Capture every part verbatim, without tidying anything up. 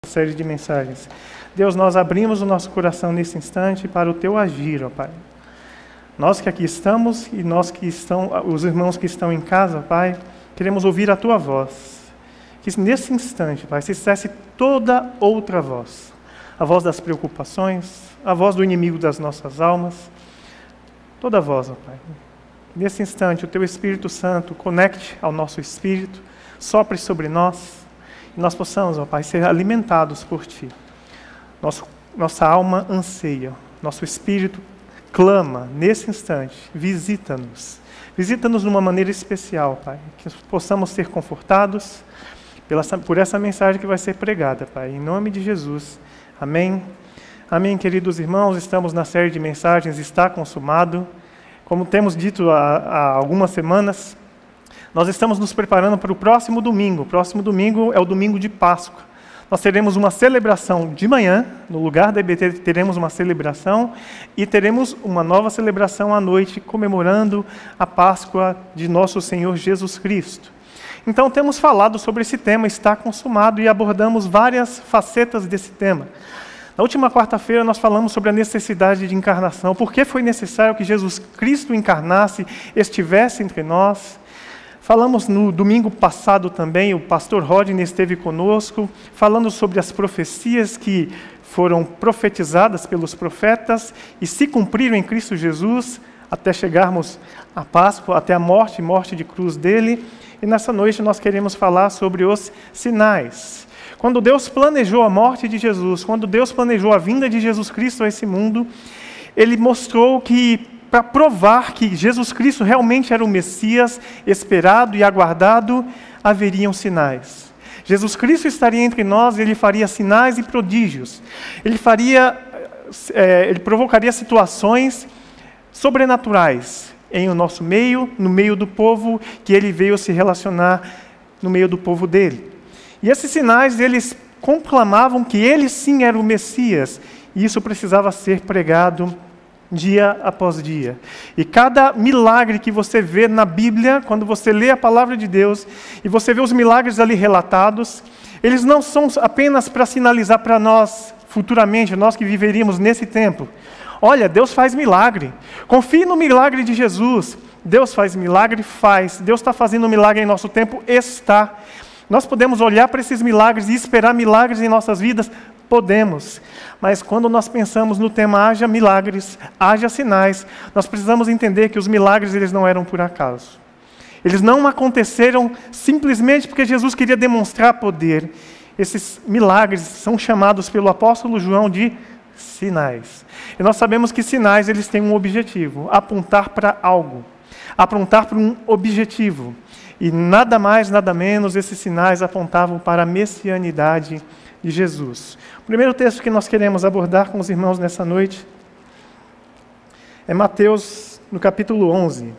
Série de mensagens. Deus, nós abrimos o nosso coração nesse instante para o Teu agir, ó Pai. Nós que aqui estamos e nós que estão, os irmãos que estão em casa, Pai, queremos ouvir a Tua voz. Que nesse instante, Pai, se cesse toda outra voz. A voz das preocupações, a voz do inimigo das nossas almas, toda voz, ó Pai. Nesse instante, o Teu Espírito Santo conecte ao nosso espírito, sopre sobre nós, e nós possamos, ó Pai, ser alimentados por Ti. Nosso, nossa alma anseia, nosso espírito clama nesse instante, visita-nos. Visita-nos de uma maneira especial, Pai, que possamos ser confortados pela, por essa mensagem que vai ser pregada, Pai, em nome de Jesus. Amém. Amém, queridos irmãos, estamos na série de mensagens Está Consumado. Como temos dito há, há algumas semanas, nós estamos nos preparando para o próximo domingo. O próximo domingo é o domingo de Páscoa. Nós teremos uma celebração de manhã, no lugar da I B T teremos uma celebração, e teremos uma nova celebração à noite, comemorando a Páscoa de nosso Senhor Jesus Cristo. Então temos falado sobre esse tema, Está Consumado, e abordamos várias facetas desse tema. Na última quarta-feira nós falamos sobre a necessidade de encarnação, por que foi necessário que Jesus Cristo encarnasse, estivesse entre nós. Falamos no domingo passado também, o pastor Rodney esteve conosco, falando sobre as profecias que foram profetizadas pelos profetas e se cumpriram em Cristo Jesus, até chegarmos à Páscoa, até a morte, morte de cruz dele. E nessa noite nós queremos falar sobre os sinais. Quando Deus planejou a morte de Jesus, quando Deus planejou a vinda de Jesus Cristo a esse mundo, Ele mostrou que, para provar que Jesus Cristo realmente era o Messias, esperado e aguardado, haveriam sinais. Jesus Cristo estaria entre nós e Ele faria sinais e prodígios. Ele faria, é, Ele provocaria situações sobrenaturais em o nosso meio, no meio do povo que Ele veio se relacionar no meio do povo dele. E esses sinais, eles conclamavam que Ele sim era o Messias, e isso precisava ser pregado dia após dia. E cada milagre que você vê na Bíblia, quando você lê a palavra de Deus, e você vê os milagres ali relatados, eles não são apenas para sinalizar para nós, futuramente, nós que viveríamos nesse tempo. Olha, Deus faz milagre. Confie no milagre de Jesus. Deus faz milagre, faz. Deus está fazendo um milagre em nosso tempo, está. Nós podemos olhar para esses milagres e esperar milagres em nossas vidas? Podemos. Mas quando nós pensamos no tema haja milagres, haja sinais, nós precisamos entender que os milagres eles não eram por acaso. Eles não aconteceram simplesmente porque Jesus queria demonstrar poder. Esses milagres são chamados pelo apóstolo João de sinais. E nós sabemos que sinais eles têm um objetivo, apontar para algo, apontar para um objetivo. E nada mais, nada menos, esses sinais apontavam para a messianidade de Jesus. O primeiro texto que nós queremos abordar com os irmãos nessa noite é Mateus, no capítulo onze.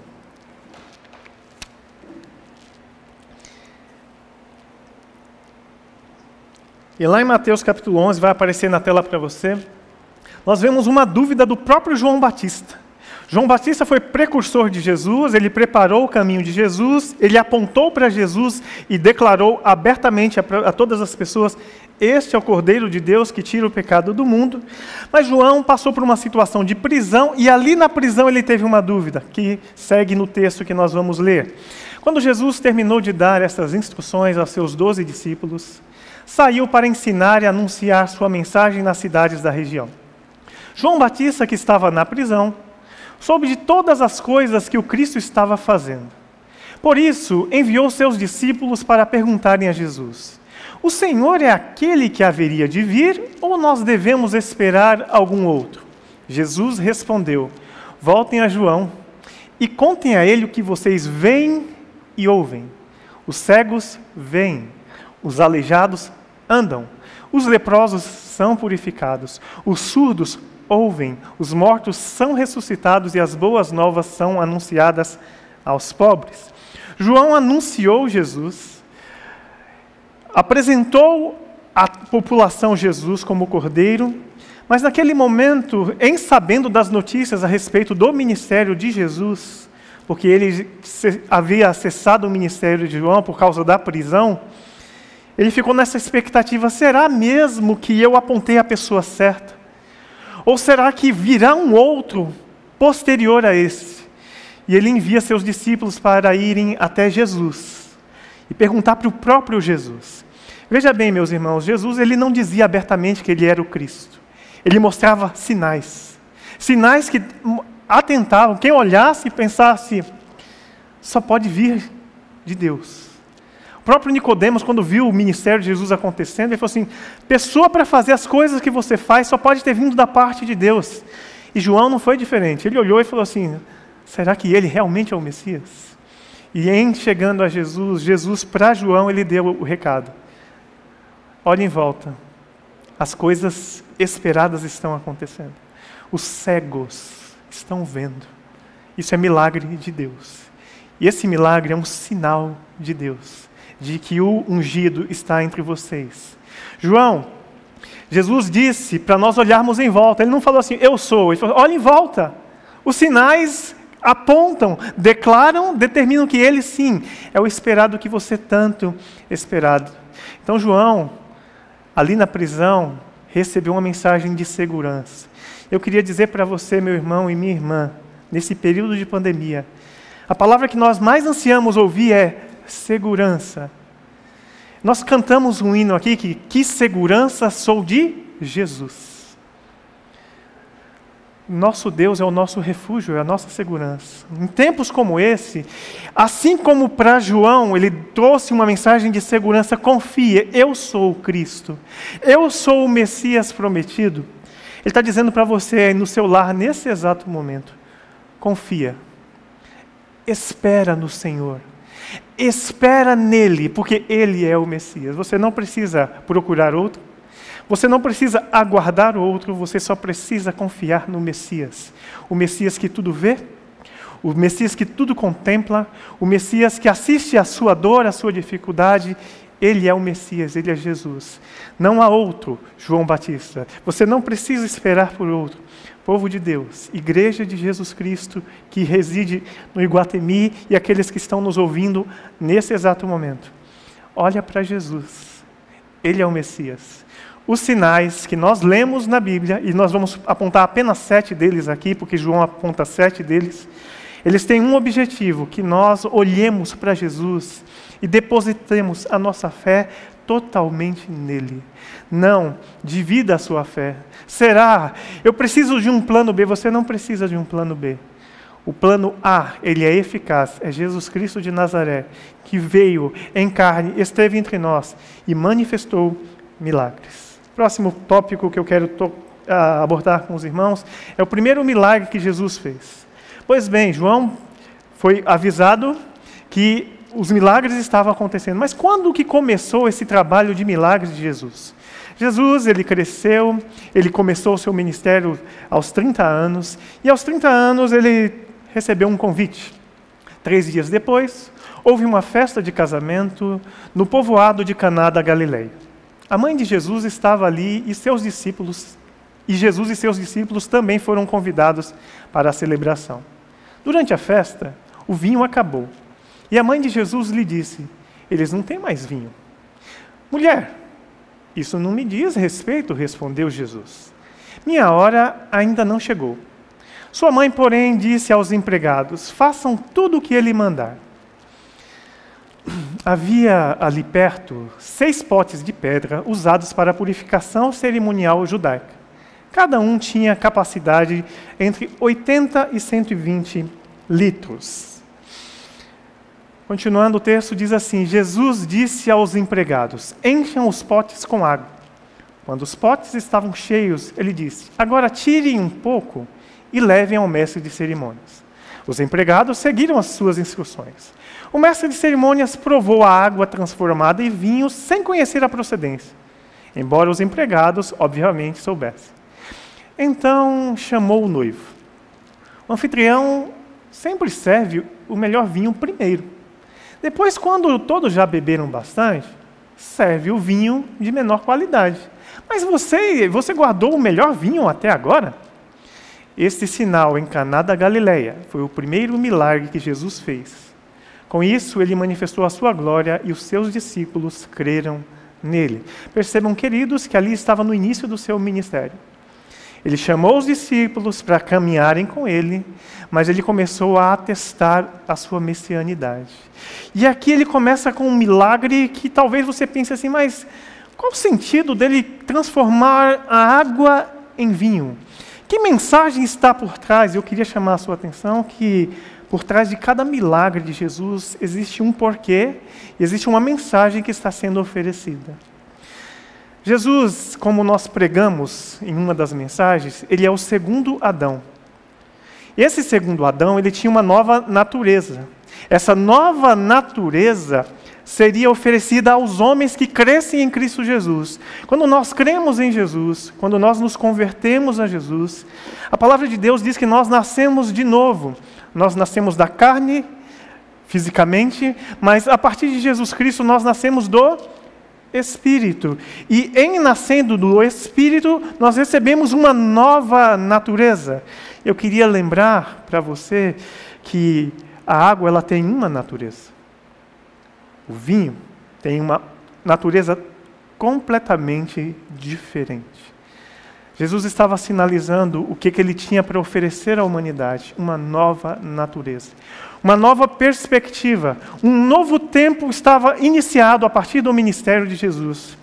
E lá em Mateus capítulo onze, vai aparecer na tela para você, nós vemos uma dúvida do próprio João Batista. João Batista foi precursor de Jesus, ele preparou o caminho de Jesus, ele apontou para Jesus e declarou abertamente a, a todas as pessoas, este é o Cordeiro de Deus que tira o pecado do mundo. Mas João passou por uma situação de prisão e ali na prisão ele teve uma dúvida, que segue no texto que nós vamos ler. Quando Jesus terminou de dar essas instruções aos seus doze discípulos, saiu para ensinar e anunciar sua mensagem nas cidades da região. João Batista, que estava na prisão, soube de todas as coisas que o Cristo estava fazendo. Por isso, enviou seus discípulos para perguntarem a Jesus: o Senhor é aquele que haveria de vir, ou nós devemos esperar algum outro? Jesus respondeu: voltem a João e contem a ele o que vocês veem e ouvem. Os cegos veem, os aleijados andam, os leprosos são purificados, os surdos ouvem, os mortos são ressuscitados e as boas novas são anunciadas aos pobres. João anunciou Jesus, apresentou à população Jesus como Cordeiro, mas naquele momento, em sabendo das notícias a respeito do ministério de Jesus, porque ele havia acessado o ministério de João por causa da prisão, Ele ficou nessa expectativa, será mesmo que eu apontei a pessoa certa? Ou será que virá um outro posterior a esse? E ele envia seus discípulos para irem até Jesus e perguntar para o próprio Jesus. Veja bem, meus irmãos, Jesus ele não dizia abertamente que ele era o Cristo. Ele mostrava sinais. Sinais que atentavam, quem olhasse e pensasse, só pode vir de Deus. O próprio Nicodemos, quando viu o ministério de Jesus acontecendo, ele falou assim, pessoa para fazer as coisas que você faz só pode ter vindo da parte de Deus. E João não foi diferente. Ele olhou e falou assim, será que ele realmente é o Messias? E em chegando a Jesus, Jesus para João, ele deu o recado. Olhe em volta, as coisas esperadas estão acontecendo. Os cegos estão vendo. Isso é milagre de Deus. E esse milagre é um sinal de Deus, de que o ungido está entre vocês. João, Jesus disse para nós olharmos em volta. Ele não falou assim, eu sou. Ele falou, olhe em volta. Os sinais apontam, declaram, determinam que ele sim é o esperado que você tanto esperado. Então João, ali na prisão, recebeu uma mensagem de segurança. Eu queria dizer para você, meu irmão e minha irmã, nesse período de pandemia, a palavra que nós mais ansiamos ouvir é segurança. Nós cantamos um hino aqui que, que segurança sou de Jesus. Nosso Deus é o nosso refúgio, é a nossa segurança. Em tempos como esse, assim como para João, ele trouxe uma mensagem de segurança, confia, eu sou o Cristo, eu sou o Messias prometido. Ele está dizendo para você aí no seu lar, nesse exato momento, confia, espera no Senhor, espera nele, porque ele é o Messias. Você não precisa procurar outro, você não precisa aguardar outro, você só precisa confiar no Messias. O Messias que tudo vê, o Messias que tudo contempla, o Messias que assiste à sua dor, à sua dificuldade. Ele é o Messias, ele é Jesus. Não há outro, João Batista. Você não precisa esperar por outro. Povo de Deus, Igreja de Jesus Cristo, que reside no Iguatemi e aqueles que estão nos ouvindo nesse exato momento. Olha para Jesus. Ele é o Messias. Os sinais que nós lemos na Bíblia, e nós vamos apontar apenas sete deles aqui, porque João aponta sete deles, eles têm um objetivo, que nós olhemos para Jesus e depositemos a nossa fé totalmente nele. Não divida a sua fé. Será? Eu preciso de um plano B. Você não precisa de um plano B. O plano A, ele é eficaz. É Jesus Cristo de Nazaré, que veio em carne, esteve entre nós e manifestou milagres. Próximo tópico que eu quero to- uh, abordar com os irmãos é o primeiro milagre que Jesus fez. Pois bem, João foi avisado que os milagres estavam acontecendo. Mas quando que começou esse trabalho de milagres de Jesus? Jesus, ele cresceu, ele começou o seu ministério aos trinta anos, e aos trinta anos ele recebeu um convite. Três dias depois, houve uma festa de casamento no povoado de Caná da Galileia. A mãe de Jesus estava ali e seus discípulos, e Jesus e seus discípulos também foram convidados para a celebração. Durante a festa, o vinho acabou. E a mãe de Jesus lhe disse, eles não têm mais vinho. Mulher, isso não me diz respeito, respondeu Jesus. Minha hora ainda não chegou. Sua mãe, porém, disse aos empregados, façam tudo o que ele mandar. Havia ali perto seis potes de pedra usados para a purificação cerimonial judaica. Cada um tinha capacidade entre oitenta e cento e vinte litros. Continuando o texto, diz assim, Jesus disse aos empregados, encham os potes com água. Quando os potes estavam cheios, ele disse, agora tirem um pouco e levem ao mestre de cerimônias. Os empregados seguiram as suas instruções. O mestre de cerimônias provou a água transformada em vinho sem conhecer a procedência, embora os empregados, obviamente, soubessem. Então chamou o noivo. O anfitrião sempre serve o melhor vinho primeiro. Depois, quando todos já beberam bastante, serve o vinho de menor qualidade. Mas você, você guardou o melhor vinho até agora? Este sinal em Caná da Galileia foi o primeiro milagre que Jesus fez. Com isso, ele manifestou a sua glória e os seus discípulos creram nele. Percebam, queridos, que ali estava no início do seu ministério. Ele chamou os discípulos para caminharem com ele, mas ele começou a atestar a sua messianidade. E aqui ele começa com um milagre que talvez você pense assim, mas qual o sentido dele transformar a água em vinho? Que mensagem está por trás? Eu queria chamar a sua atenção que por trás de cada milagre de Jesus existe um porquê, existe uma mensagem que está sendo oferecida. Jesus, como nós pregamos em uma das mensagens, ele é o segundo Adão. Esse segundo Adão, ele tinha uma nova natureza. Essa nova natureza seria oferecida aos homens que crescem em Cristo Jesus. Quando nós cremos em Jesus, quando nós nos convertemos a Jesus, a palavra de Deus diz que nós nascemos de novo. Nós nascemos da carne, fisicamente, mas a partir de Jesus Cristo nós nascemos do Espírito. E em nascendo do Espírito, nós recebemos uma nova natureza. Eu queria lembrar para você que a água ela tem uma natureza. O vinho tem uma natureza completamente diferente. Jesus estava sinalizando o que, que ele tinha para oferecer à humanidade, uma nova natureza, uma nova perspectiva, um novo tempo estava iniciado a partir do ministério de Jesus.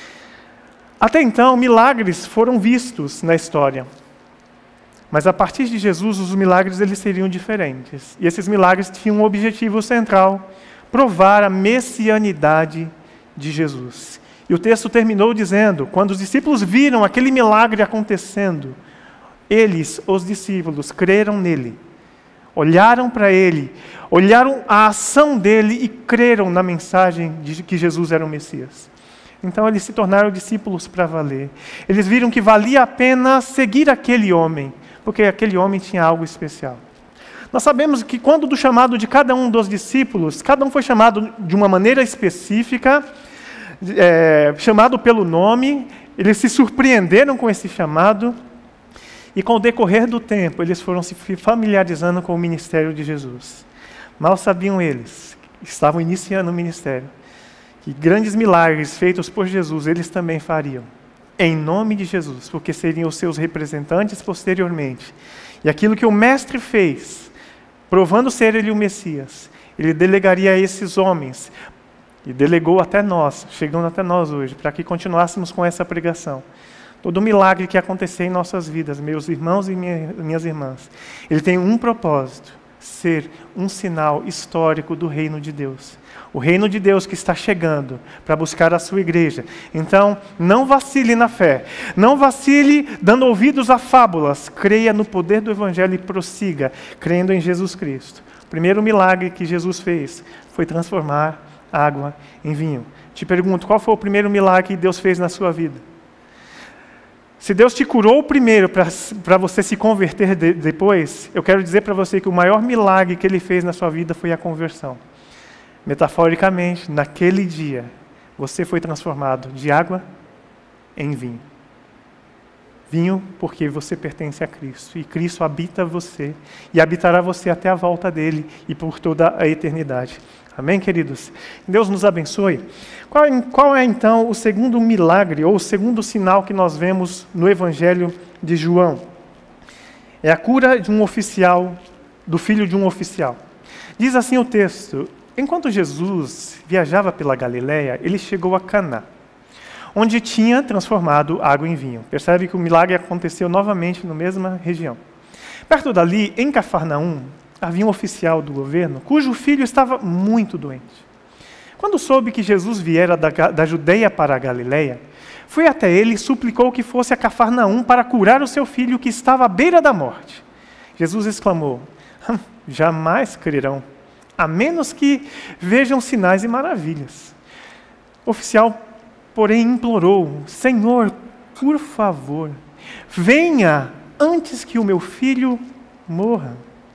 Até então, milagres foram vistos na história, mas a partir de Jesus, os milagres eles seriam diferentes. E esses milagres tinham um objetivo central, provar a messianidade de Jesus. E o texto terminou dizendo, quando os discípulos viram aquele milagre acontecendo, eles, os discípulos, creram nele, olharam para ele, olharam a ação dele e creram na mensagem de que Jesus era o Messias. Então eles se tornaram discípulos para valer. Eles viram que valia a pena seguir aquele homem, porque aquele homem tinha algo especial. Nós sabemos que quando do chamado de cada um dos discípulos, cada um foi chamado de uma maneira específica, É, chamado pelo nome, eles se surpreenderam com esse chamado, e com o decorrer do tempo, eles foram se familiarizando com o ministério de Jesus. Mal sabiam eles, que estavam iniciando o ministério, que grandes milagres feitos por Jesus, eles também fariam, em nome de Jesus, porque seriam os seus representantes posteriormente. E aquilo que o Mestre fez, provando ser ele o Messias, ele delegaria a esses homens, e delegou até nós, chegando até nós hoje, para que continuássemos com essa pregação. Todo milagre que acontecer em nossas vidas, meus irmãos e minha, minhas irmãs, ele tem um propósito, ser um sinal histórico do reino de Deus. O reino de Deus que está chegando para buscar a sua igreja. Então, não vacile na fé, não vacile dando ouvidos a fábulas, creia no poder do Evangelho e prossiga, crendo em Jesus Cristo. O primeiro milagre que Jesus fez foi transformar água em vinho. Te pergunto, qual foi o primeiro milagre que Deus fez na sua vida? Se Deus te curou primeiro para você se converter de, depois, eu quero dizer para você que o maior milagre que Ele fez na sua vida foi a conversão. Metaforicamente, naquele dia, você foi transformado de água em vinho. Vinho porque você pertence a Cristo, e Cristo habita você, e habitará você até a volta dEle, e por toda a eternidade. Amém, queridos? Deus nos abençoe. Qual, qual é, então, o segundo milagre, ou o segundo sinal que nós vemos no Evangelho de João? É a cura de um oficial, do filho de um oficial. Diz assim o texto, enquanto Jesus viajava pela Galileia, ele chegou a Caná, onde tinha transformado água em vinho. Percebe que o milagre aconteceu novamente na mesma região. Perto dali, em Cafarnaum, havia um oficial do governo cujo filho estava muito doente. Quando soube que Jesus viera da, da Judeia para a Galileia, foi até ele e suplicou que fosse a Cafarnaum para curar o seu filho que estava à beira da morte. Jesus exclamou, hum, jamais crerão, a menos que vejam sinais e maravilhas. O oficial, porém, implorou, Senhor, por favor, venha antes que o meu filho morra.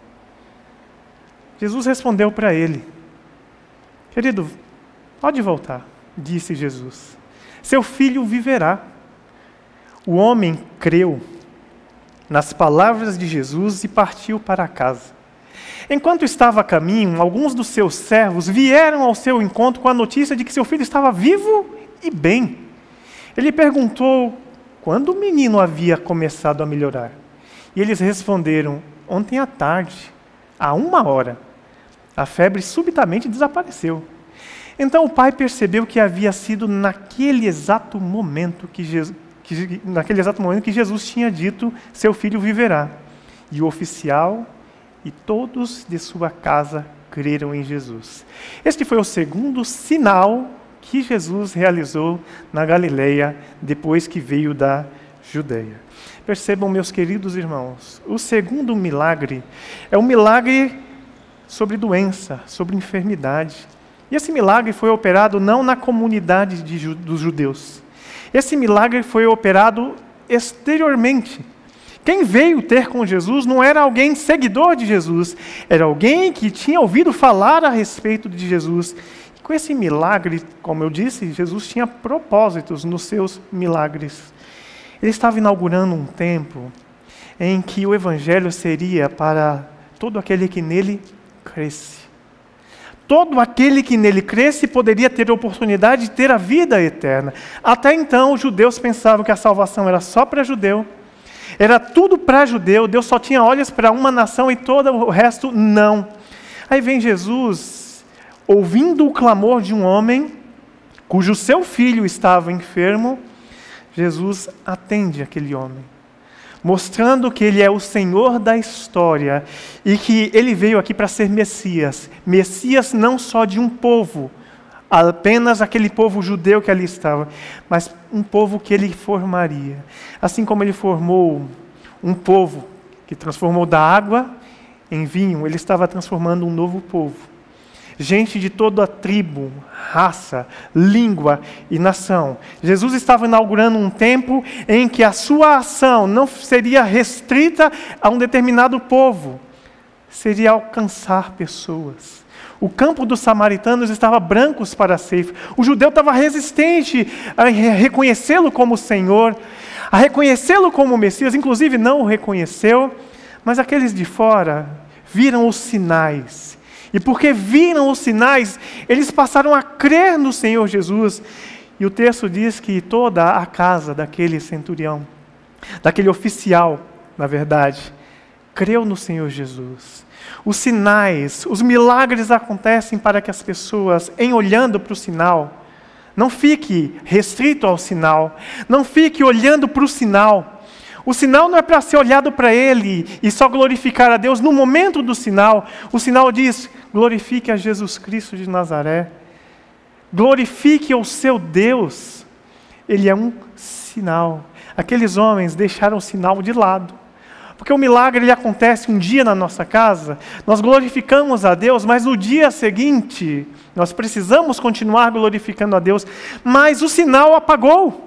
Jesus respondeu para ele, querido, pode voltar, disse Jesus, seu filho viverá. O homem creu nas palavras de Jesus e partiu para casa. Enquanto estava a caminho, alguns dos seus servos vieram ao seu encontro com a notícia de que seu filho estava vivo e bem. Ele perguntou quando o menino havia começado a melhorar. E eles responderam, ontem à tarde, a uma hora. A febre subitamente desapareceu. Então o pai percebeu que havia sido naquele exato momento que Jesus, que, naquele exato momento que Jesus tinha dito, seu filho viverá. E o oficial e todos de sua casa creram em Jesus. Este foi o segundo sinal que Jesus realizou na Galileia, depois que veio da Judeia. Percebam, meus queridos irmãos, o segundo milagre é um milagre sobre doença, sobre enfermidade. E esse milagre foi operado não na comunidade de ju- dos judeus. Esse milagre foi operado exteriormente. Quem veio ter com Jesus não era alguém seguidor de Jesus, era alguém que tinha ouvido falar a respeito de Jesus. E com esse milagre, como eu disse, Jesus tinha propósitos nos seus milagres. Ele estava inaugurando um tempo em que o evangelho seria para todo aquele que nele cresce. Todo aquele que nele cresce poderia ter a oportunidade de ter a vida eterna. Até então, os judeus pensavam que a salvação era só para judeu, era tudo para judeu, Deus só tinha olhos para uma nação e todo o resto não. Aí vem Jesus, ouvindo o clamor de um homem, cujo seu filho estava enfermo, Jesus atende aquele homem, mostrando que ele é o Senhor da história e que ele veio aqui para ser Messias. Messias não só de um povo, apenas aquele povo judeu que ali estava, mas um povo que ele formaria. Assim como ele formou um povo que transformou da água em vinho, ele estava transformando um novo povo. Gente de toda a tribo, raça, língua e nação. Jesus estava inaugurando um tempo em que a sua ação não seria restrita a um determinado povo, seria alcançar pessoas. O campo dos samaritanos estava brancos para a ceifa. O judeu estava resistente a reconhecê-lo como Senhor, a reconhecê-lo como Messias, inclusive não o reconheceu, mas aqueles de fora viram os sinais. E porque viram os sinais, eles passaram a crer no Senhor Jesus. E o texto diz que toda a casa daquele centurião, daquele oficial, na verdade, creu no Senhor Jesus. Os sinais, os milagres acontecem para que as pessoas, em olhando para o sinal, não fique restrito ao sinal, não fique olhando para o sinal. O sinal não é para ser olhado para ele e só glorificar a Deus no momento do sinal. O sinal diz, glorifique a Jesus Cristo de Nazaré. Glorifique o seu Deus. Ele é um sinal. Aqueles homens deixaram o sinal de lado. Porque o milagre ele acontece um dia na nossa casa, nós glorificamos a Deus, mas no dia seguinte, nós precisamos continuar glorificando a Deus, mas o sinal apagou.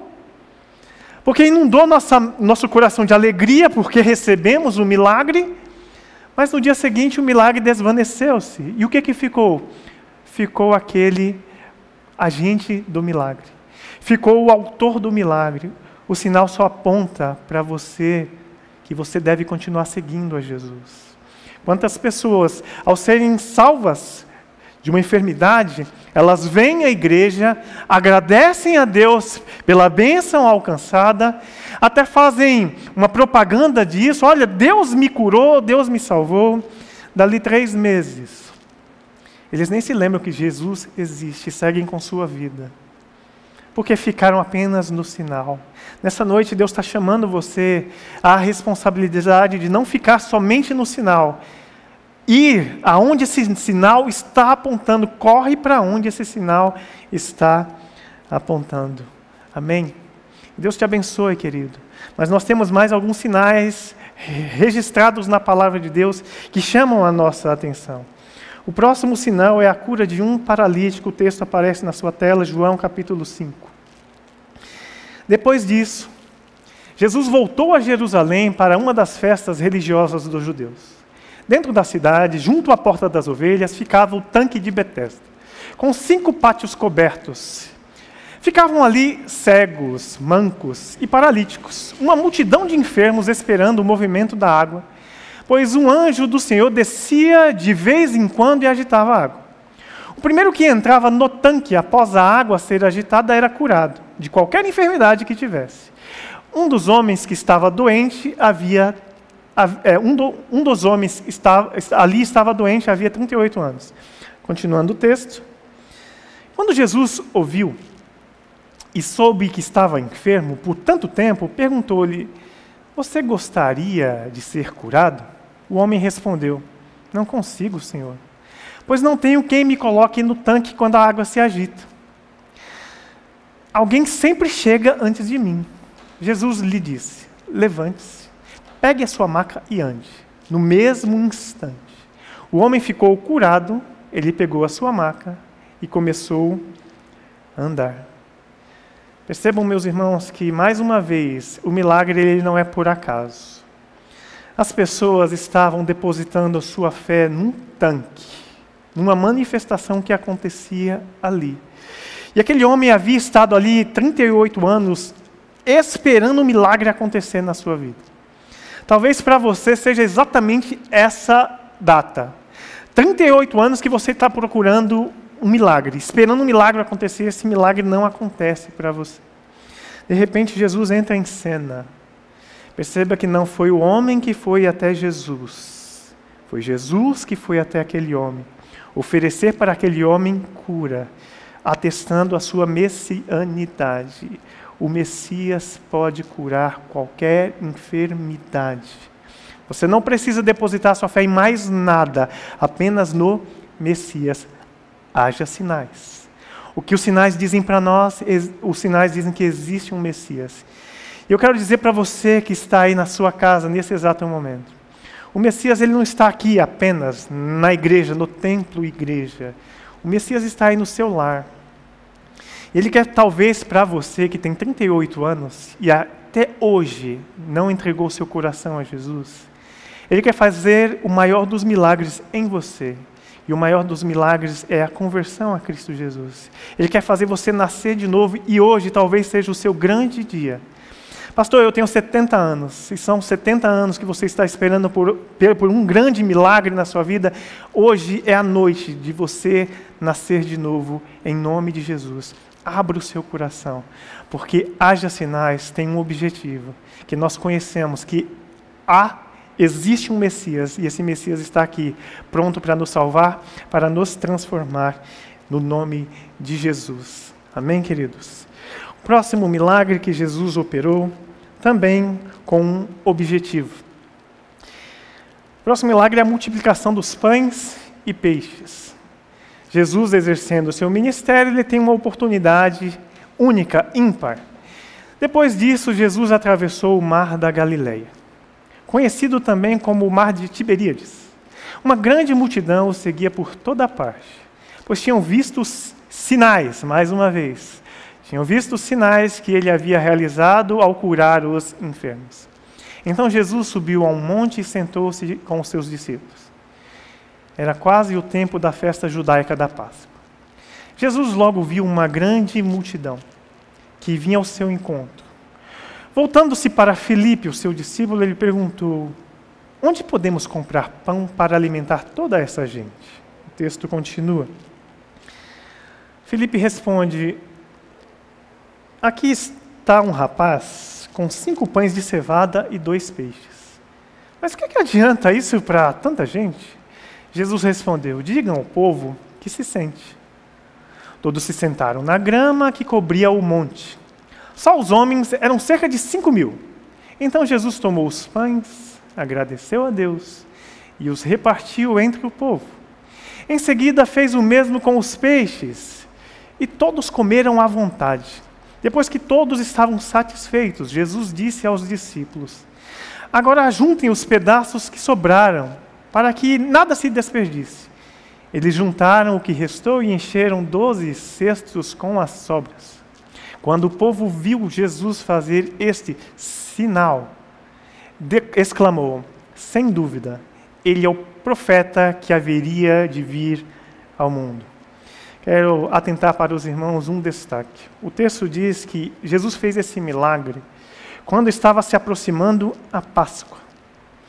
Porque inundou nossa, nosso coração de alegria, porque recebemos o milagre, mas no dia seguinte o milagre desvaneceu-se. E o que que ficou? Ficou aquele agente do milagre. Ficou o autor do milagre. O sinal só aponta para você que você deve continuar seguindo a Jesus. Quantas pessoas, ao serem salvas de uma enfermidade, elas vêm à igreja, agradecem a Deus pela bênção alcançada, até fazem uma propaganda disso, olha, Deus me curou, Deus me salvou. Dali três meses, eles nem se lembram que Jesus existe, seguem com sua vida, porque ficaram apenas no sinal. Nessa noite, Deus está chamando você à responsabilidade de não ficar somente no sinal, ir aonde esse sinal está apontando, corre para onde esse sinal está apontando. Amém? Deus te abençoe, querido. Mas nós temos mais alguns sinais registrados na palavra de Deus que chamam a nossa atenção. O próximo sinal é a cura de um paralítico. O texto aparece na sua tela, João capítulo cinco. Depois disso, Jesus voltou a Jerusalém para uma das festas religiosas dos judeus. Dentro da cidade, junto à porta das ovelhas, ficava o tanque de Betesda, com cinco pátios cobertos. Ficavam ali cegos, mancos e paralíticos, uma multidão de enfermos esperando o movimento da água, pois um anjo do Senhor descia de vez em quando e agitava a água. O primeiro que entrava no tanque após a água ser agitada era curado, de qualquer enfermidade que tivesse. Um dos homens que estava doente havia... Um, do, um dos homens estava, ali estava doente havia trinta e oito anos. Continuando o texto. Quando Jesus ouviu e soube que estava enfermo por tanto tempo, perguntou-lhe: você gostaria de ser curado? O homem respondeu: não consigo, Senhor, pois não tenho quem me coloque no tanque quando a água se agita. Alguém sempre chega antes de mim. Jesus lhe disse: levante-se, pegue a sua maca e ande. No mesmo instante, o homem ficou curado, ele pegou a sua maca e começou a andar. Percebam, meus irmãos, que, mais uma vez, o milagre ele não é por acaso. As pessoas estavam depositando a sua fé num tanque, numa manifestação que acontecia ali. E aquele homem havia estado ali trinta e oito anos esperando o milagre acontecer na sua vida. Talvez para você seja exatamente essa data. trinta e oito anos que você está procurando um milagre, esperando um milagre acontecer, esse milagre não acontece para você. De repente, Jesus entra em cena. Perceba que não foi o homem que foi até Jesus. Foi Jesus que foi até aquele homem. Oferecer para aquele homem cura, atestando a sua messianidade. O Messias pode curar qualquer enfermidade. Você não precisa depositar sua fé em mais nada, apenas no Messias. Haja sinais. O que os sinais dizem para nós, os sinais dizem que existe um Messias. E eu quero dizer para você que está aí na sua casa, nesse exato momento, o Messias ele não está aqui apenas na igreja, no templo igreja. O Messias está aí no seu lar. Ele quer, talvez, para você que tem trinta e oito anos e até hoje não entregou seu coração a Jesus, Ele quer fazer o maior dos milagres em você. E o maior dos milagres é a conversão a Cristo Jesus. Ele quer fazer você nascer de novo e hoje talvez seja o seu grande dia. Pastor, eu tenho setenta anos, e são setenta anos que você está esperando por, por um grande milagre na sua vida. Hoje é a noite de você nascer de novo, em nome de Jesus. Abra o seu coração, porque Haja Sinais tem um objetivo, que nós conhecemos, que há existe um Messias, e esse Messias está aqui, pronto para nos salvar, para nos transformar, no nome de Jesus. Amém, queridos? O próximo milagre que Jesus operou, também com um objetivo. O próximo milagre é a multiplicação dos pães e peixes. Jesus, exercendo o seu ministério, ele tem uma oportunidade única, ímpar. Depois disso, Jesus atravessou o mar da Galileia, conhecido também como o mar de Tiberíades. Uma grande multidão o seguia por toda parte, pois tinham visto os sinais, mais uma vez, tinham visto os sinais que ele havia realizado ao curar os enfermos. Então Jesus subiu a um monte e sentou-se com os seus discípulos. Era quase o tempo da festa judaica da Páscoa. Jesus logo viu uma grande multidão que vinha ao seu encontro. Voltando-se para Filipe, o seu discípulo, ele perguntou: onde podemos comprar pão para alimentar toda essa gente? O texto continua. Filipe responde: aqui está um rapaz com cinco pães de cevada e dois peixes. Mas o que, que adianta isso para tanta gente? Jesus respondeu: digam ao povo que se sente. Todos se sentaram na grama que cobria o monte. Só os homens eram cerca de cinco mil. Então Jesus tomou os pães, agradeceu a Deus e os repartiu entre o povo. Em seguida fez o mesmo com os peixes e todos comeram à vontade. Depois que todos estavam satisfeitos, Jesus disse aos discípulos: agora ajuntem os pedaços que sobraram, para que nada se desperdice. Eles juntaram o que restou e encheram doze cestos com as sobras. Quando o povo viu Jesus fazer este sinal, de- exclamou: sem dúvida, ele é o profeta que haveria de vir ao mundo. Quero atentar para os irmãos um destaque. O texto diz que Jesus fez esse milagre quando estava se aproximando a Páscoa.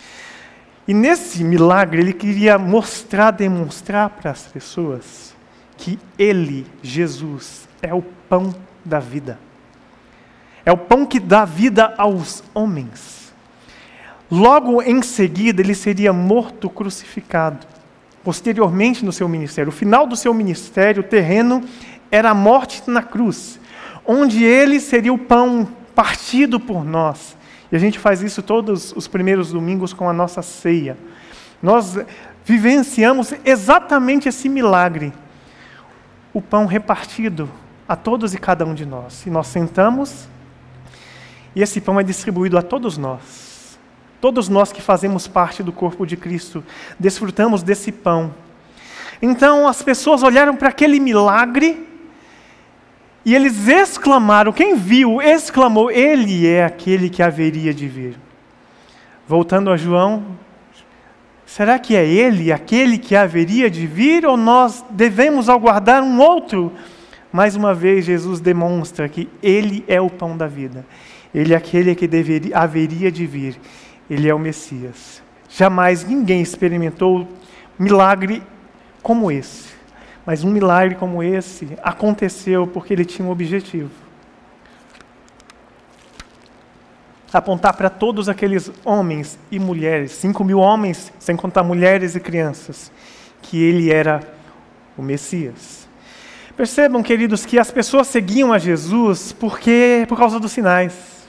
E nesse milagre ele queria mostrar, demonstrar para as pessoas que Ele, Jesus, é o pão da vida. É o pão que dá vida aos homens. Logo em seguida, ele seria morto, crucificado. Posteriormente no seu ministério, o final do seu ministério terreno era a morte na cruz, onde ele seria o pão partido por nós. E a gente faz isso todos os primeiros domingos com a nossa ceia. Nós vivenciamos exatamente esse milagre. O pão repartido a todos e cada um de nós. E nós sentamos e esse pão é distribuído a todos nós. Todos nós que fazemos parte do corpo de Cristo, desfrutamos desse pão. Então as pessoas olharam para aquele milagre e eles exclamaram, quem viu, exclamou, ele é aquele que haveria de vir. Voltando a João, será que é ele, aquele que haveria de vir, ou nós devemos aguardar um outro? Mais uma vez, Jesus demonstra que ele é o pão da vida. Ele é aquele que deveria, haveria de vir. Ele é o Messias. Jamais ninguém experimentou milagre como esse. Mas um milagre como esse aconteceu porque ele tinha um objetivo. Apontar para todos aqueles homens e mulheres, cinco mil homens, sem contar mulheres e crianças, que ele era o Messias. Percebam, queridos, que as pessoas seguiam a Jesus porque, por causa dos sinais.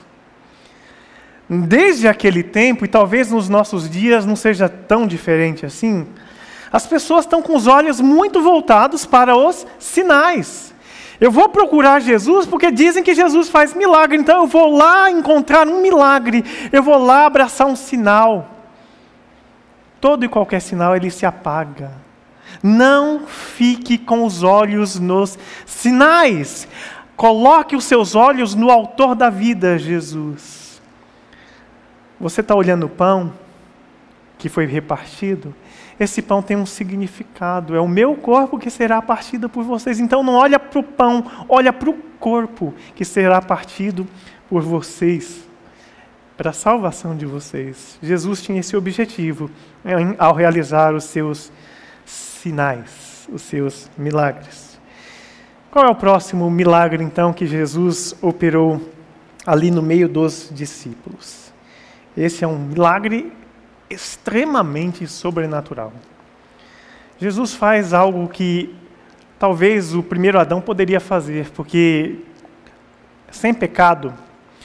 Desde aquele tempo, e talvez nos nossos dias não seja tão diferente assim, as pessoas estão com os olhos muito voltados para os sinais. Eu vou procurar Jesus porque dizem que Jesus faz milagre, então eu vou lá encontrar um milagre, eu vou lá abraçar um sinal. Todo e qualquer sinal, ele se apaga. Não fique com os olhos nos sinais. Coloque os seus olhos no autor da vida, Jesus. Você está olhando o pão que foi repartido? Esse pão tem um significado. É o meu corpo que será partido por vocês. Então não olha para o pão, olha para o corpo que será partido por vocês, para a salvação de vocês. Jesus tinha esse objetivo ao realizar os seus sinais, os seus milagres. Qual é o próximo milagre, então, que Jesus operou ali no meio dos discípulos? Esse é um milagre extremamente sobrenatural. Jesus faz algo que talvez o primeiro Adão poderia fazer, porque sem pecado,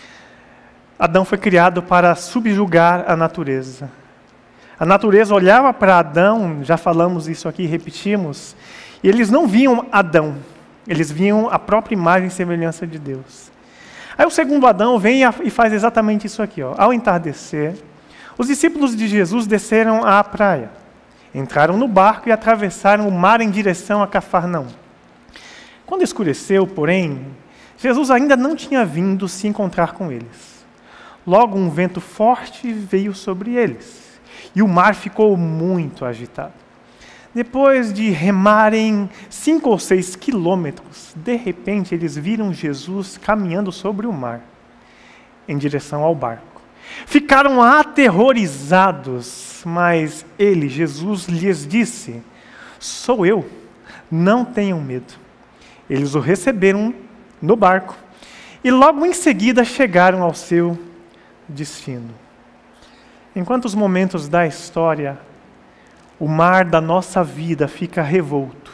Adão foi criado para subjugar a natureza. A natureza olhava para Adão, já falamos isso aqui, repetimos, e eles não viam Adão, eles viam a própria imagem e semelhança de Deus. Aí o segundo Adão vem e faz exatamente isso aqui. Ó. Ao entardecer, os discípulos de Jesus desceram à praia, entraram no barco e atravessaram o mar em direção a Cafarnaum. Quando escureceu, porém, Jesus ainda não tinha vindo se encontrar com eles. Logo um vento forte veio sobre eles, e o mar ficou muito agitado. Depois de remarem cinco ou seis quilômetros, de repente eles viram Jesus caminhando sobre o mar, em direção ao barco. Ficaram aterrorizados, mas ele, Jesus, lhes disse, sou eu, não tenham medo. Eles o receberam no barco e logo em seguida chegaram ao seu destino. Em quantos momentos da história o mar da nossa vida fica revolto?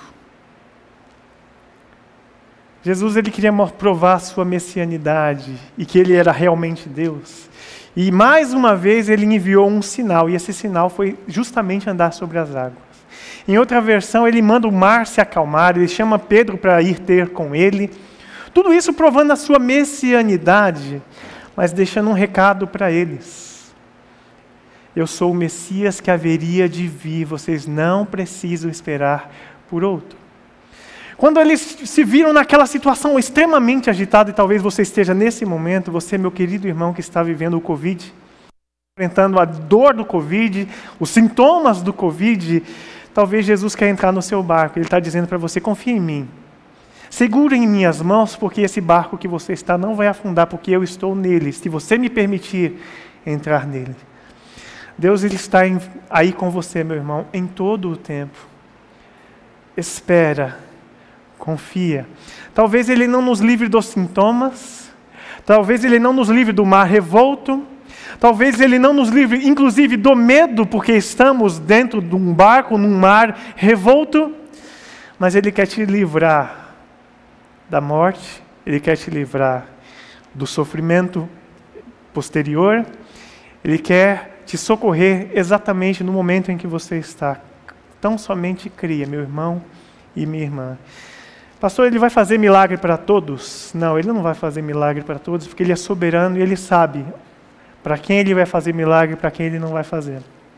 Jesus ele queria provar a sua messianidade e que ele era realmente Deus. E mais uma vez ele enviou um sinal, e esse sinal foi justamente andar sobre as águas. Em outra versão, ele manda o mar se acalmar, ele chama Pedro para ir ter com ele. Tudo isso provando a sua messianidade, mas deixando um recado para eles. Eu sou o Messias que haveria de vir, vocês não precisam esperar por outro. Quando eles se viram naquela situação extremamente agitada, e talvez você esteja nesse momento, você, meu querido irmão que está vivendo o Covid, enfrentando a dor do Covid, os sintomas do Covid, talvez Jesus quer entrar no seu barco. Ele está dizendo para você, confia em mim. Segura em minhas mãos, porque esse barco que você está não vai afundar, porque eu estou nele, se você me permitir entrar nele. Deus ele está em, aí com você, meu irmão, em todo o tempo. Espera, confia. Talvez Ele não nos livre dos sintomas, talvez Ele não nos livre do mar revolto, talvez Ele não nos livre, inclusive, do medo, porque estamos dentro de um barco, num mar revolto, mas Ele quer te livrar da morte, Ele quer te livrar do sofrimento posterior, Ele quer te socorrer exatamente no momento em que você está. Tão somente cria, meu irmão e minha irmã. Pastor, Ele vai fazer milagre para todos? Não, Ele não vai fazer milagre para todos, porque Ele é soberano e Ele sabe para quem Ele vai fazer milagre e para quem Ele não vai fazer.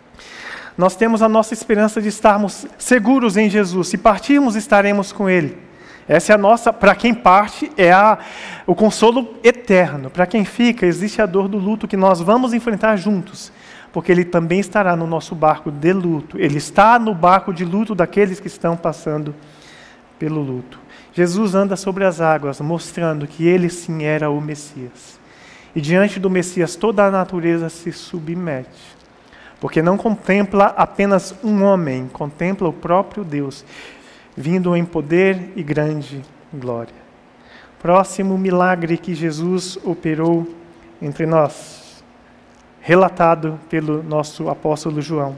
Nós temos a nossa esperança de estarmos seguros em Jesus. Se partirmos, estaremos com Ele. Essa é a nossa, para quem parte, é a, o consolo eterno. Para quem fica, existe a dor do luto que nós vamos enfrentar juntos, porque Ele também estará no nosso barco de luto. Ele está no barco de luto daqueles que estão passando pelo luto. Jesus anda sobre as águas, mostrando que Ele sim era o Messias. E diante do Messias, toda a natureza se submete, porque não contempla apenas um homem, contempla o próprio Deus, vindo em poder e grande glória. Próximo milagre que Jesus operou entre nós, relatado pelo nosso apóstolo João.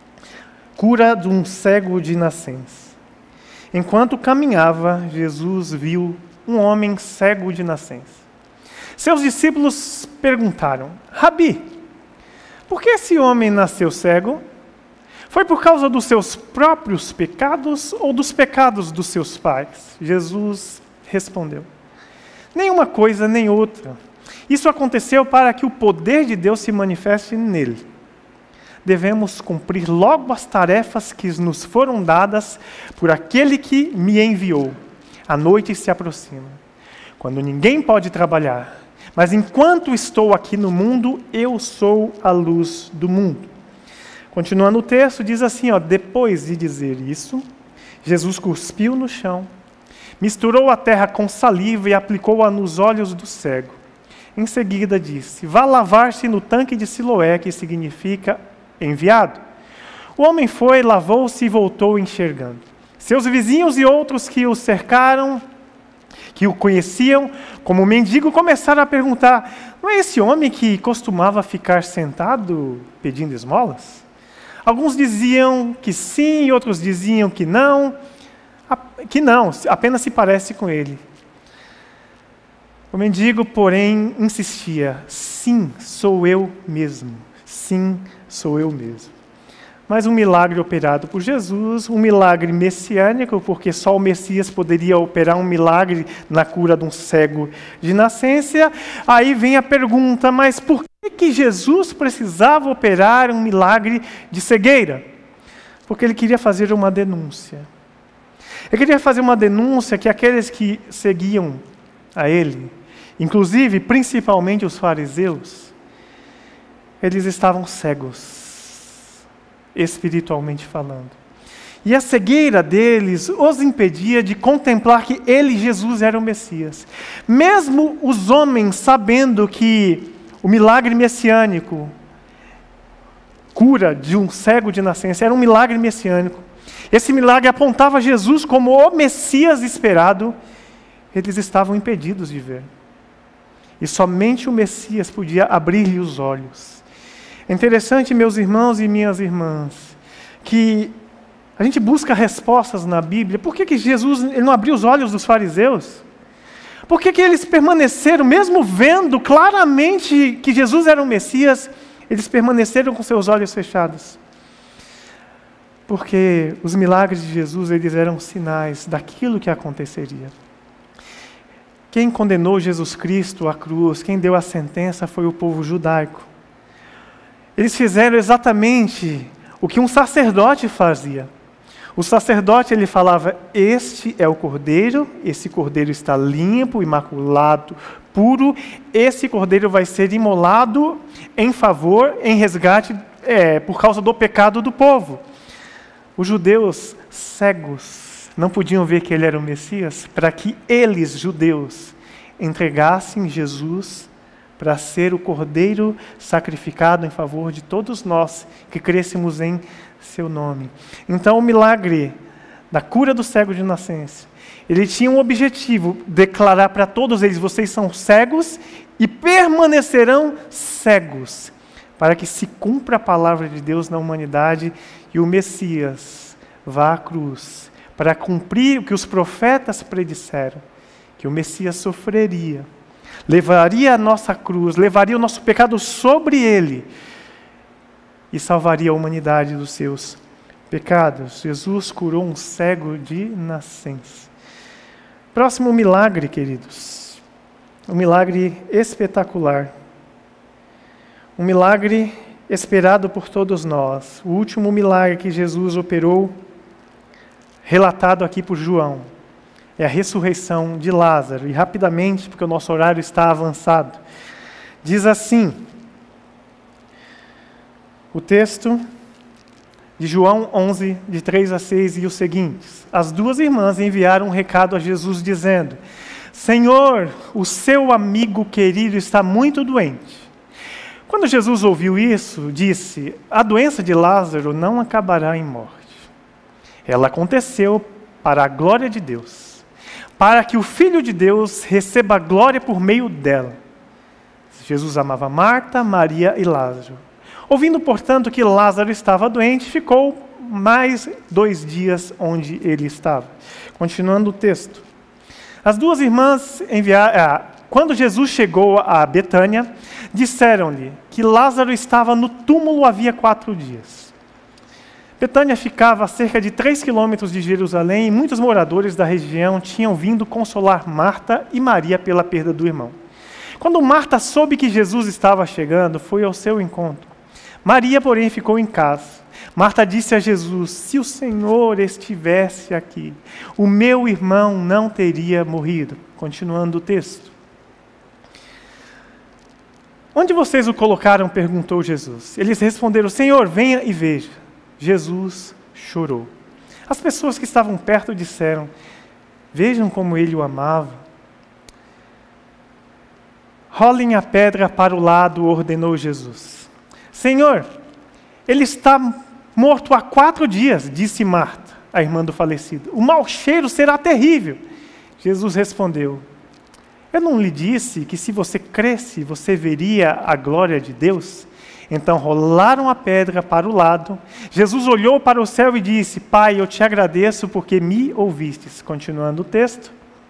Cura de um cego de nascença. Enquanto caminhava, Jesus viu um homem cego de nascença. Seus discípulos perguntaram: Rabi, por que esse homem nasceu cego? Foi por causa dos seus próprios pecados ou dos pecados dos seus pais? Jesus respondeu: nenhuma coisa nem outra. Isso aconteceu para que o poder de Deus se manifeste nele. Devemos cumprir logo as tarefas que nos foram dadas por aquele que me enviou. A noite se aproxima, quando ninguém pode trabalhar. Mas enquanto estou aqui no mundo, eu sou a luz do mundo. Continuando o texto, diz assim, ó, depois de dizer isso, Jesus cuspiu no chão, misturou a terra com saliva e aplicou-a nos olhos do cego. Em seguida disse: vá lavar-se no tanque de Siloé, que significa enviado. O homem foi, lavou-se e voltou enxergando. Seus vizinhos e outros que o cercaram, que o conheciam como mendigo, começaram a perguntar: não é esse homem que costumava ficar sentado pedindo esmolas? Alguns diziam que sim, outros diziam que não, que não, apenas se parece com ele. O mendigo, porém, insistia: sim, sou eu mesmo, sim, sou eu mesmo. Mas um milagre operado por Jesus, um milagre messiânico, porque só o Messias poderia operar um milagre na cura de um cego de nascença. Aí vem a pergunta: mas por que, que Jesus precisava operar um milagre de cegueira? Porque ele queria fazer uma denúncia. Ele queria fazer uma denúncia que aqueles que seguiam a ele, inclusive, principalmente os fariseus, eles estavam cegos, espiritualmente falando. E a cegueira deles os impedia de contemplar que ele, Jesus, era o Messias. Mesmo os homens sabendo que o milagre messiânico, cura de um cego de nascença, era um milagre messiânico, esse milagre apontava Jesus como o Messias esperado, eles estavam impedidos de ver. E somente o Messias podia abrir-lhe os olhos. É interessante, meus irmãos e minhas irmãs, que a gente busca respostas na Bíblia. Por que, que Jesus ele não abriu os olhos dos fariseus? Por que, que eles permaneceram, mesmo vendo claramente que Jesus era o Messias, eles permaneceram com seus olhos fechados? Porque os milagres de Jesus, eles eram sinais daquilo que aconteceria. Quem condenou Jesus Cristo à cruz, quem deu a sentença foi o povo judaico. Eles fizeram exatamente o que um sacerdote fazia. O sacerdote, ele falava: este é o cordeiro, esse cordeiro está limpo, imaculado, puro, esse cordeiro vai ser imolado em favor, em resgate, é, por causa do pecado do povo. Os judeus cegos não podiam ver que ele era o Messias, para que eles, judeus, entregassem Jesus para ser o cordeiro sacrificado em favor de todos nós que crescemos em seu nome. Então o milagre da cura do cego de nascença Ele tinha um objetivo, declarar para todos eles: vocês são cegos e permanecerão cegos, para que se cumpra a palavra de Deus na humanidade e o Messias vá à cruz, para cumprir o que os profetas predisseram, que o Messias sofreria, levaria a nossa cruz, levaria o nosso pecado sobre ele e salvaria a humanidade dos seus pecados. Jesus curou um cego de nascença. Próximo milagre, queridos. Um milagre espetacular. Um milagre esperado por todos nós. O último milagre que Jesus operou, relatado aqui por João, é a ressurreição de Lázaro. E rapidamente, porque o nosso horário está avançado, diz assim, o texto de João onze, de três a seis, e os seguintes: as duas irmãs enviaram um recado a Jesus dizendo: Senhor, o seu amigo querido está muito doente. Quando Jesus ouviu isso, disse: a doença de Lázaro não acabará em morte. Ela aconteceu para a glória de Deus, para que o Filho de Deus receba a glória por meio dela. Jesus amava Marta, Maria e Lázaro. Ouvindo, portanto, que Lázaro estava doente, ficou mais dois dias onde ele estava. Continuando o texto. As duas irmãs enviaram... Ah, quando Jesus chegou a Betânia, disseram-lhe que Lázaro estava no túmulo havia quatro dias. Betânia ficava a cerca de três quilômetros de Jerusalém e muitos moradores da região tinham vindo consolar Marta e Maria pela perda do irmão. Quando Marta soube que Jesus estava chegando, foi ao seu encontro. Maria, porém, ficou em casa. Marta disse a Jesus: se o Senhor estivesse aqui, o meu irmão não teria morrido. Continuando o texto. Onde vocês o colocaram? Perguntou Jesus. Eles responderam: Senhor, venha e veja. Jesus chorou. As pessoas que estavam perto disseram: vejam como ele o amava. Rolem a pedra para o lado, ordenou Jesus. Senhor, ele está morto há quatro dias, disse Marta, a irmã do falecido. O mau cheiro será terrível. Jesus respondeu: eu não lhe disse que se você cresce, você veria a glória de Deus? Então rolaram a pedra para o lado. Jesus olhou para o céu e disse: Pai, eu te agradeço porque me ouvistes. Continuando o texto.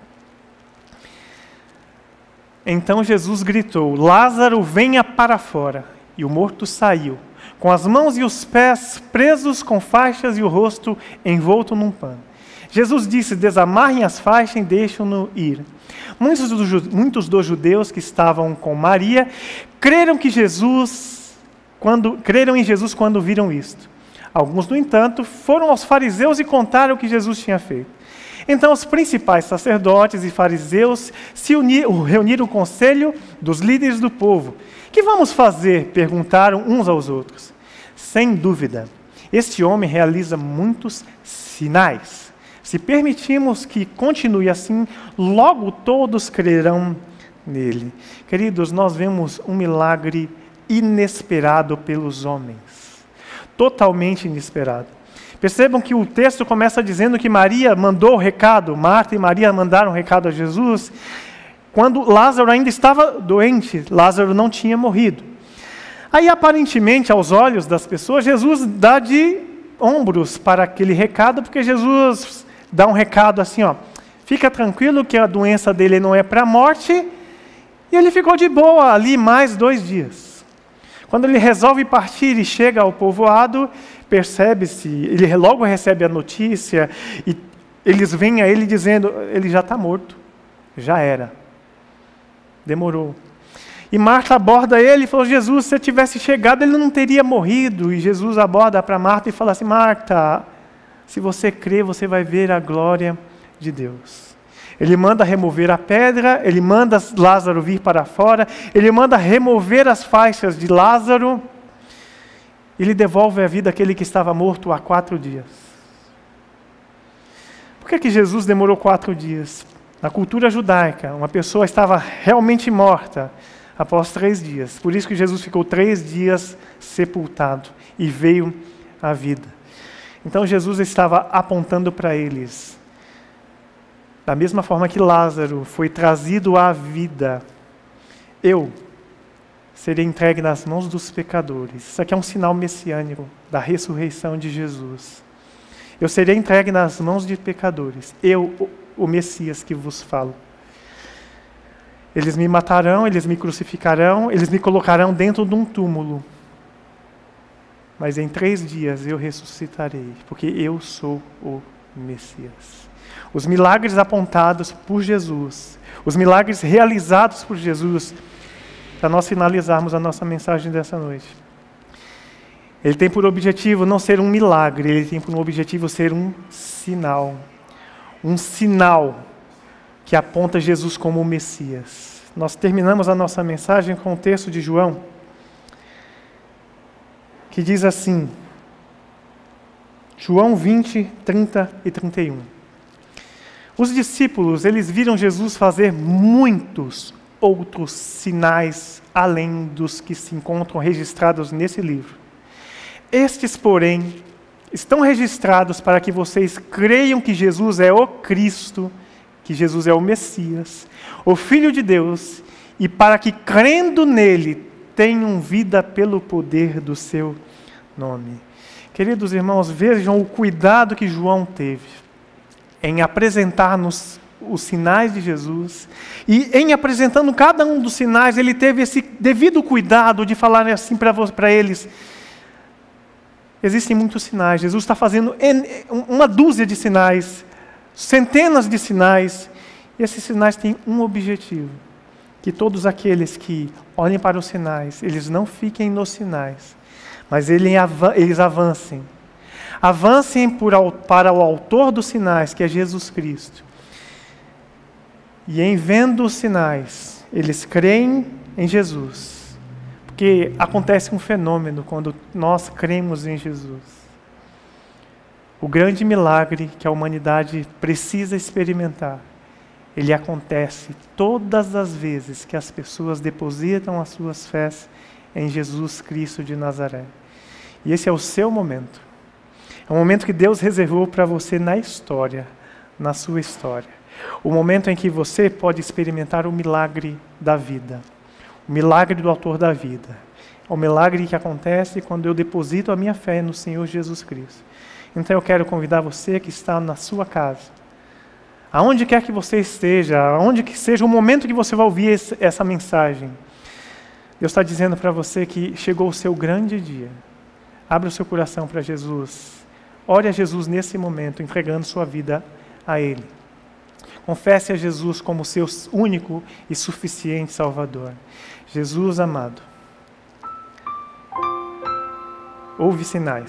Então Jesus gritou: Lázaro, venha para fora. E o morto saiu, com as mãos e os pés presos com faixas e o rosto envolto num pano. Jesus disse: desamarrem as faixas e deixem-no ir. Muitos dos, muitos dos judeus que estavam com Maria creram que Jesus, quando, creram em Jesus quando viram isto. Alguns, no entanto, foram aos fariseus e contaram o que Jesus tinha feito. Então os principais sacerdotes e fariseus se uniram, reuniram o conselho dos líderes do povo. O que vamos fazer? Perguntaram uns aos outros. Sem dúvida, este homem realiza muitos sinais. Se permitirmos que continue assim, logo todos crerão nele. Queridos, nós vemos um milagre inesperado pelos homens. Totalmente inesperado. Percebam que o texto começa dizendo que Maria mandou o recado, Marta e Maria mandaram o recado a Jesus, quando Lázaro ainda estava doente, Lázaro não tinha morrido. Aí, aparentemente, aos olhos das pessoas, Jesus dá de ombros para aquele recado, porque Jesus dá um recado assim, ó, fica tranquilo que a doença dele não é para a morte, e ele ficou de boa ali mais dois dias. Quando ele resolve partir e chega ao povoado, percebe-se, ele logo recebe a notícia, e eles vêm a ele dizendo: ele já está morto, já era. Demorou. E Marta aborda ele e falou: Jesus, se você tivesse chegado, ele não teria morrido. E Jesus aborda para Marta e fala assim: Marta, se você crer, você vai ver a glória de Deus. Ele manda remover a pedra, ele manda Lázaro vir para fora, ele manda remover as faixas de Lázaro, ele devolve a vida àquele que estava morto há quatro dias. Por que que Jesus demorou quatro dias? Na cultura judaica, uma pessoa estava realmente morta após três dias. Por isso que Jesus ficou três dias sepultado e veio à vida. Então Jesus estava apontando para eles: Da mesma forma que Lázaro foi trazido à vida, eu serei entregue nas mãos dos pecadores. Isso aqui é um sinal messiânico da ressurreição de Jesus. Eu serei entregue nas mãos de pecadores. Eu, o Messias que vos falo. Eles me matarão, eles me crucificarão, eles me colocarão dentro de um túmulo. Mas em três dias eu ressuscitarei, porque eu sou o Messias. Os milagres apontados por Jesus, os milagres realizados por Jesus, para nós finalizarmos a nossa mensagem dessa noite. Ele tem por objetivo não ser um milagre, ele tem por objetivo ser um sinal. Um sinal que aponta Jesus como o Messias. Nós terminamos a nossa mensagem com o texto de João, que diz assim, João vinte, trinta e trinta e um. Os discípulos, eles viram Jesus fazer muitos outros sinais, além dos que se encontram registrados nesse livro. Estes, porém, estão registrados para que vocês creiam que Jesus é o Cristo, que Jesus é o Messias, o Filho de Deus, e para que, crendo nele, tenham vida pelo poder do seu nome. Queridos irmãos, vejam o cuidado que João teve em apresentar-nos os sinais de Jesus, e em apresentando cada um dos sinais, ele teve esse devido cuidado de falar assim para eles, existem muitos sinais, Jesus está fazendo uma dúzia de sinais, centenas de sinais, e esses sinais têm um objetivo, que todos aqueles que olhem para os sinais, eles não fiquem nos sinais, mas eles avancem, avancem para o autor dos sinais, que é Jesus Cristo. E em vendo os sinais, eles creem em Jesus. Porque acontece um fenômeno quando nós cremos em Jesus. O grande milagre que a humanidade precisa experimentar, ele acontece todas as vezes que as pessoas depositam as suas fés em Jesus Cristo de Nazaré. E esse é o seu momento. É um momento que Deus reservou para você na história, na sua história. O momento em que você pode experimentar o milagre da vida. O milagre do autor da vida. É o milagre que acontece quando eu deposito a minha fé no Senhor Jesus Cristo. Então eu quero convidar você que está na sua casa, aonde quer que você esteja, aonde que seja o momento que você vai ouvir esse, essa mensagem, Deus está dizendo para você que chegou o seu grande dia. Abra o seu coração para Jesus. Ore a Jesus nesse momento, entregando sua vida a Ele. Confesse a Jesus como seu único e suficiente Salvador. Jesus amado, houve sinais.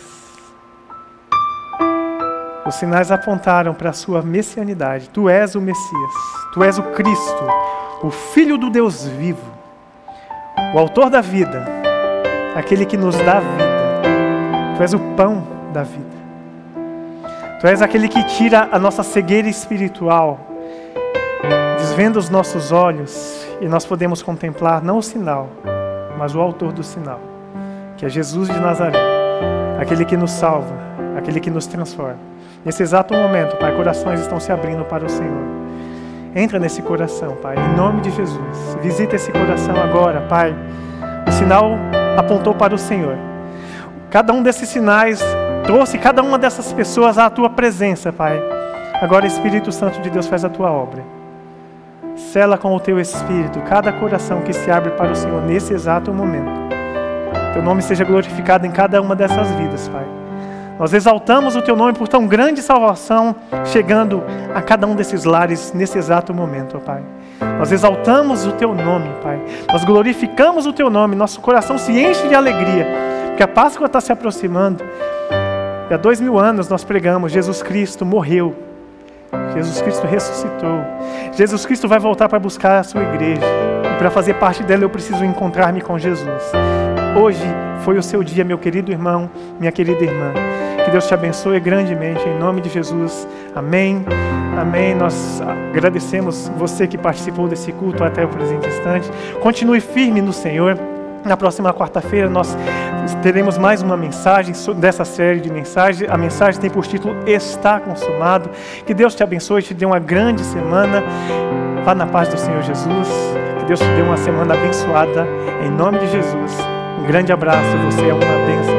Os sinais apontaram para a sua messianidade. Tu és o Messias, tu és o Cristo, o Filho do Deus vivo, o autor da vida, aquele que nos dá vida. Tu és o pão da vida. Tu és aquele que tira a nossa cegueira espiritual, desvenda os nossos olhos, e nós podemos contemplar não o sinal, mas o autor do sinal, que é Jesus de Nazaré, aquele que nos salva, aquele que nos transforma. Nesse exato momento, Pai, corações estão se abrindo para o Senhor. Entra nesse coração, Pai, em nome de Jesus. Visita esse coração agora, Pai. O sinal apontou para o Senhor. Cada um desses sinais trouxe cada uma dessas pessoas à Tua presença, Pai. Agora, Espírito Santo de Deus, faz a Tua obra. Sela com o Teu Espírito cada coração que se abre para o Senhor nesse exato momento. Teu nome seja glorificado em cada uma dessas vidas, Pai. Nós exaltamos o Teu nome por tão grande salvação chegando a cada um desses lares nesse exato momento, ó Pai. Nós exaltamos o Teu nome, Pai. Nós glorificamos o Teu nome. Nosso coração se enche de alegria, porque a Páscoa está se aproximando. E há dois mil anos nós pregamos, Jesus Cristo morreu. Jesus Cristo ressuscitou. Jesus Cristo vai voltar para buscar a sua igreja. E para fazer parte dela eu preciso encontrar-me com Jesus. Hoje foi o seu dia, meu querido irmão, minha querida irmã. Que Deus te abençoe grandemente, em nome de Jesus. Amém. Amém. Nós agradecemos você que participou desse culto até o presente instante. Continue firme no Senhor. Na próxima quarta-feira nós teremos mais uma mensagem dessa série de mensagens. A mensagem tem por título Está Consumado. Que Deus te abençoe, te dê uma grande semana. Vá na paz do Senhor Jesus. Que Deus te dê uma semana abençoada. Em nome de Jesus. Um grande abraço. Você é uma bênção.